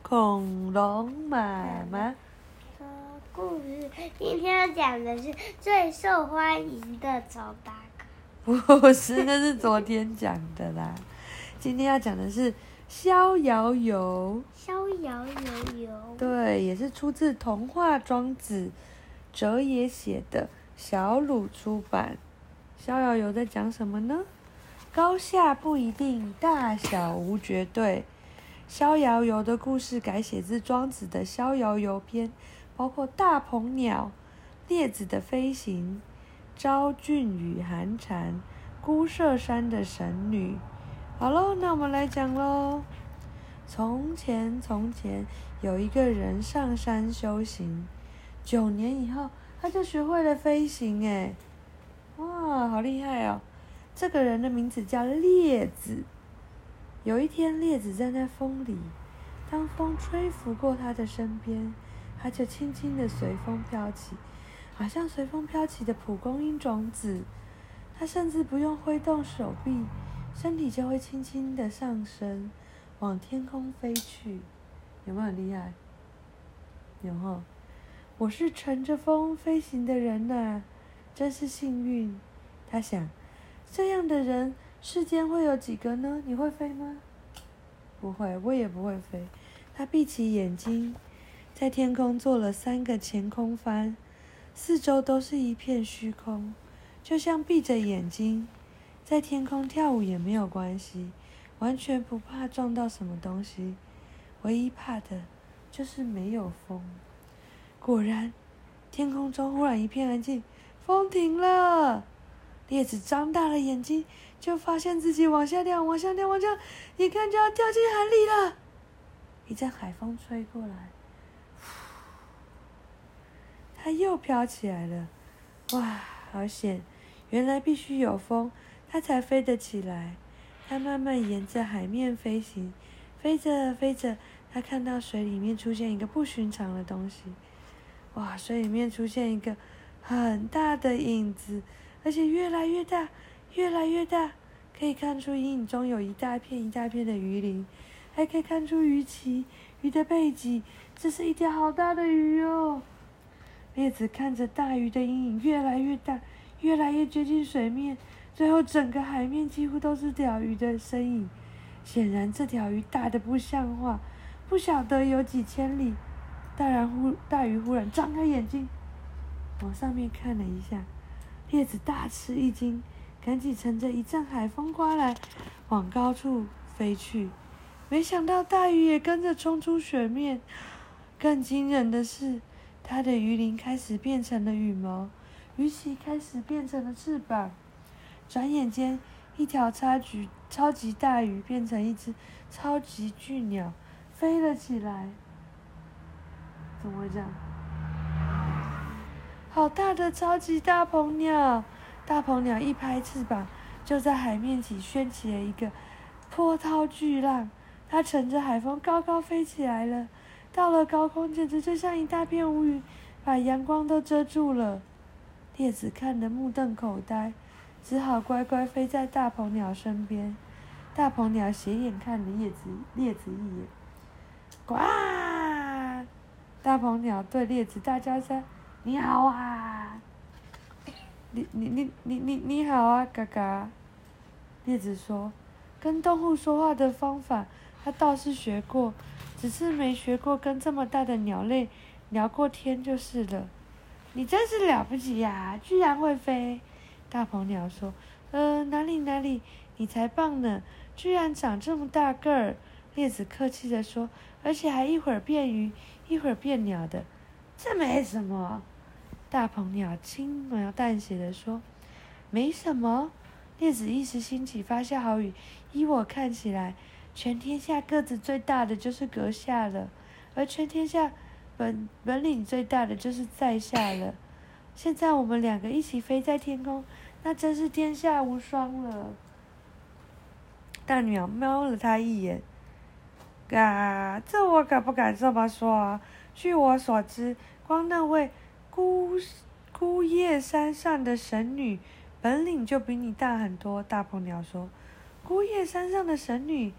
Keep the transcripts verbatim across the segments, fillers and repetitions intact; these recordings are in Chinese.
恐龙妈妈说故事，今天要讲的是最受欢迎的丑大哥。 不是，那是昨天讲的啦。今天要讲的是逍遥游。 逍遥游游。 对，也是出自童话庄子哲也写的，小鲁出版。逍遥游在讲什么呢？高下不一定，大小无绝对。逍遥游的故事改写自庄子的《逍遥游》篇，包括大鹏鸟、列子的飞行、昭俊与寒蝉、孤舍山的神女。好喽，那我们来讲喽。从前，从前有一个人上山修行，九年以后，他就学会了飞行，哎，哇，好厉害哦！这个人的名字叫列子。有一天，列子站在风里，当风吹拂过他的身边，他就轻轻地随风飘起，好像随风飘起的蒲公英种子。他甚至不用挥动手臂，身体就会轻轻地上升，往天空飞去。有没有很厉害？有哈！我是乘着风飞行的人呐、啊，真是幸运。他想，这样的人世间会有几个呢？你会飞吗？不会，我也不会飞。他闭起眼睛，在天空做了三个前空翻，四周都是一片虚空，就像闭着眼睛在天空跳舞也没有关系，完全不怕撞到什么东西，唯一怕的就是没有风。果然，天空中忽然一片安静，风停了。列子张大了眼睛，就发现自己往下掉，往下掉，往下，眼看就要掉进海里了。一阵海风吹过来，他又飘起来了。哇，好险！原来必须有风，他才飞得起来。他慢慢沿着海面飞行，飞着飞着，他看到水里面出现一个不寻常的东西。哇，水里面出现一个很大的影子，而且越来越大，越来越大，可以看出阴影中有一大片一大片的鱼鳞，还可以看出鱼鳍、鱼的背脊，这是一条好大的鱼哦。列子看着大鱼的阴影越来越大，越来越接近水面，最后整个海面几乎都是条鱼的身影。显然这条鱼大得不像话，不晓得有几千里。大然忽大鱼忽然张开眼睛，往上面看了一下。列子大吃一惊，赶紧乘着一阵海风刮来，往高处飞去。没想到大鱼也跟着冲出水面。更惊人的是，它的鱼鳞开始变成了羽毛，鱼鳍开始变成了翅膀。转眼间，一条超级超级大鱼变成一只超级巨鸟，飞了起来。怎么会这样？好大的超级大鹏鸟！大鹏鸟一拍翅膀，就在海面起掀起了一个波涛巨浪。它乘着海风高高飞起来了，到了高空，简直就像一大片乌云，把阳光都遮住了。列子看得目瞪口呆，只好乖乖飞在大鹏鸟身边。大鹏鸟斜眼看了列子列子一眼，呱！大鹏鸟对列子大叫声：“你好啊！你你你你你你好啊，嘎嘎！”列子说：“跟动物说话的方法，他倒是学过，只是没学过跟这么大的鸟类聊过天就是了。”你真是了不起呀，居然会飞！大鹏鸟说：“呃，哪里哪里，你才棒呢，居然长这么大个儿。”列子客气地说：“而且还一会儿变鱼，一会儿变鸟的，这没什么。”大鹏鸟轻描淡写地说：“没什么。”列子一时兴起，发下好语：“依我看起来，全天下个子最大的就是阁下了，而全天下本本领最大的就是在下了。现在我们两个一起飞在天空，那真是天下无双了。”大鸟瞄了他一眼。啊，这我可不敢这么说啊！据我所知，光那位孤孤叶山上的神女本领就比你大很多。大鹏鸟说：“孤叶山上的神女，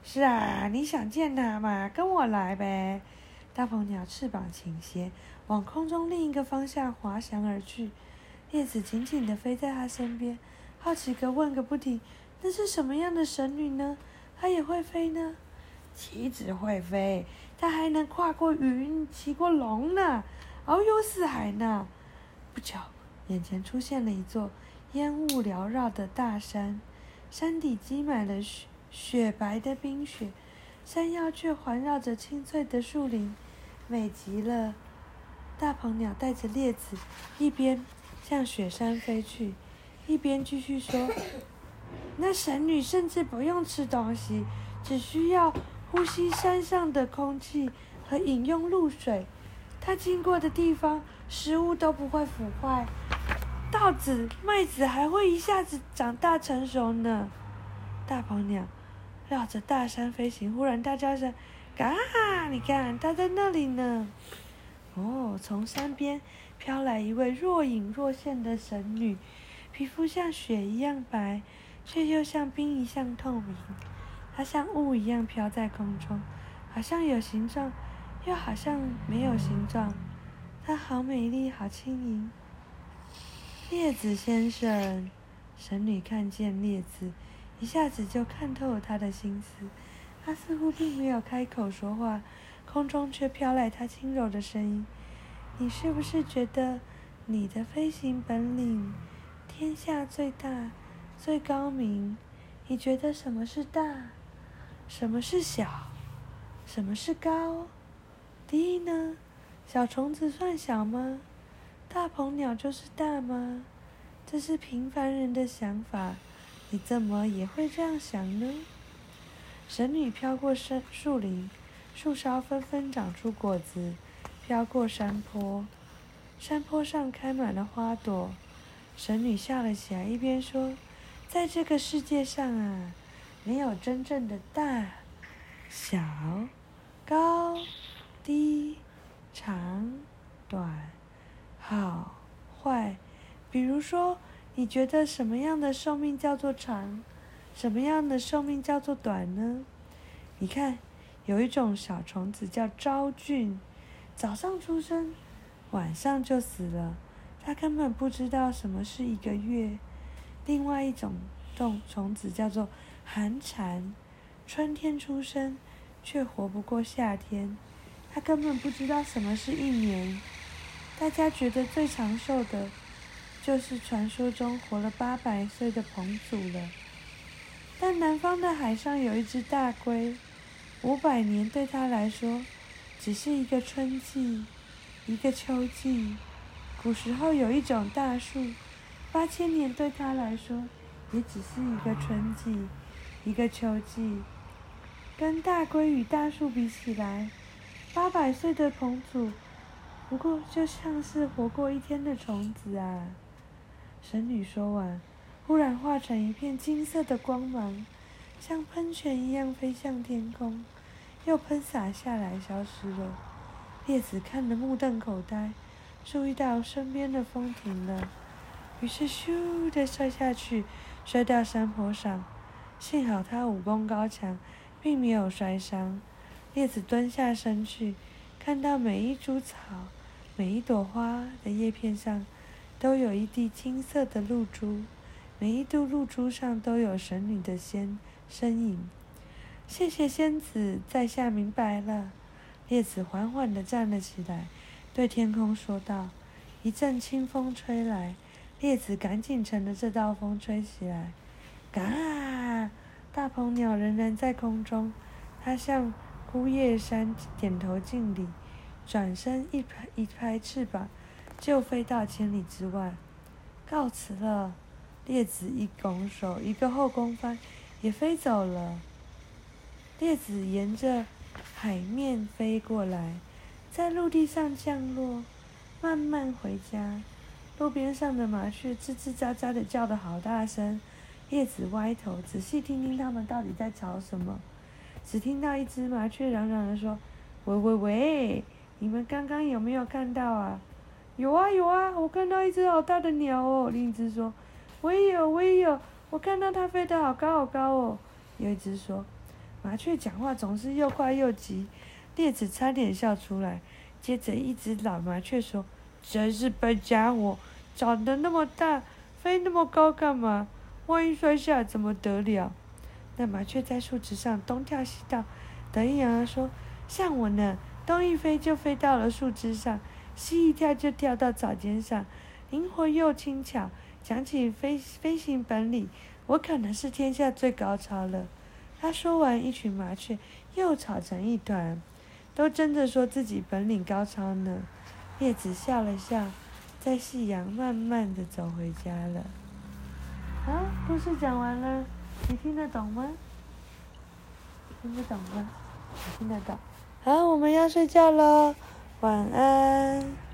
是啊，你想见他嘛？跟我来呗！大鹏鸟翅膀倾斜，往空中另一个方向滑翔而去。叶子紧紧地飞在他身边，好奇地问个不停：“那是什么样的神女呢？它也会飞呢？”岂止会飞，它还能跨过云，骑过龙呢，遨游四海呢！不久，眼前出现了一座烟雾缭绕的大山，山底积满了雪雪白的冰雪，山腰却环绕着青翠的树林，美极了。大鹏鸟带着列子，一边向雪山飞去，一边继续说：“那神女甚至不用吃东西，只需要呼吸山上的空气和饮用露水。她经过的地方，食物都不会腐坏，稻子、麦子还会一下子长大成熟呢。”大鹏鸟绕着大山飞行，忽然大叫声：“嘎！你看，它在那里呢！”哦，从山边飘来一位若隐若现的神女，皮肤像雪一样白，却又像冰一样透明。她像雾一样飘在空中，好像有形状，又好像没有形状。她好美丽，好轻盈。列子先生，神女看见列子，一下子就看透了他的心思。她似乎并没有开口说话，空中却飘来她轻柔的声音：“你是不是觉得你的飞行本领天下最大、最高明？你觉得什么是大？什么是小？什么是高？低呢？小虫子算小吗？大鹏鸟就是大吗？这是平凡人的想法，你怎么也会这样想呢？”神女飘过山树林，树梢纷纷长出果子；飘过山坡，山坡上开满了花朵。神女笑了起来，一边说：“在这个世界上啊，没有真正的大、小、高、低、长、短、好、坏。比如说，你觉得什么样的寿命叫做长？什么样的寿命叫做短呢？你看，有一种小虫子叫昭菌，早上出生，晚上就死了，它根本不知道什么是一个月。另外一种虫子叫做寒蝉，春天出生，却活不过夏天，它根本不知道什么是一年。大家觉得最长寿的，就是传说中活了八百岁的彭祖了。但南方的海上有一只大龟，五百年对他来说，只是一个春季，一个秋季。古时候有一种大树，八千年对他来说，也只是一个春季，一个秋季。跟大龟与大树比起来，八百岁的彭祖，不过就像是活过一天的虫子啊。神女说完，忽然化成一片金色的光芒，像喷泉一样飞向天空，又喷洒下来，消失了。列子看得目瞪口呆，注意到身边的风停了，于是咻地摔下去，摔到山坡上。幸好他武功高强，并没有摔伤。列子蹲下身去，看到每一株草、每一朵花的叶片上，都有一滴金色的露珠，每一滴露珠上都有神女的仙身影。谢谢仙子，在下明白了。列子缓缓地站了起来，对天空说道。一阵清风吹来，列子赶紧乘着这道风吹起来。嘎！大鹏鸟仍然在空中，它向枯叶山点头敬礼，转身一拍一拍翅膀，就飞到千里之外。告辞了。列子一拱手，一个后空翻，也飞走了。列子沿着海面飞过来，在陆地上降落，慢慢回家。路边上的麻雀吱吱喳喳的叫得好大声，列子歪头仔细听听它们到底在吵什么。只听到一只麻雀嚷嚷地说：“喂喂喂，你们刚刚有没有看到啊？”“有啊有啊，我看到一只好大的鸟哦。”另一只说：“我也有我也有，我看到它飞得好高好高哦。”有一只说：“ 麻雀讲话总是又快又急，列子差点笑出来。接着一只老麻雀说：“真是笨家伙，长得那么大，飞那么高干嘛？万一摔下怎么得了？”那麻雀在树枝上东跳西跳，得意洋洋说：“像我呢，东一飞就飞到了树枝上，西一跳就跳到草尖上，灵活又轻巧。讲起飞飞行本领，我可能是天下最高超了。”他说完，一群麻雀又吵成一团，都争着说自己本领高超呢。叶子笑了笑，在夕阳慢慢的走回家了。好，故事讲完了，你听得懂吗？听得懂吗？你听得懂。好，我们要睡觉喽，晚安。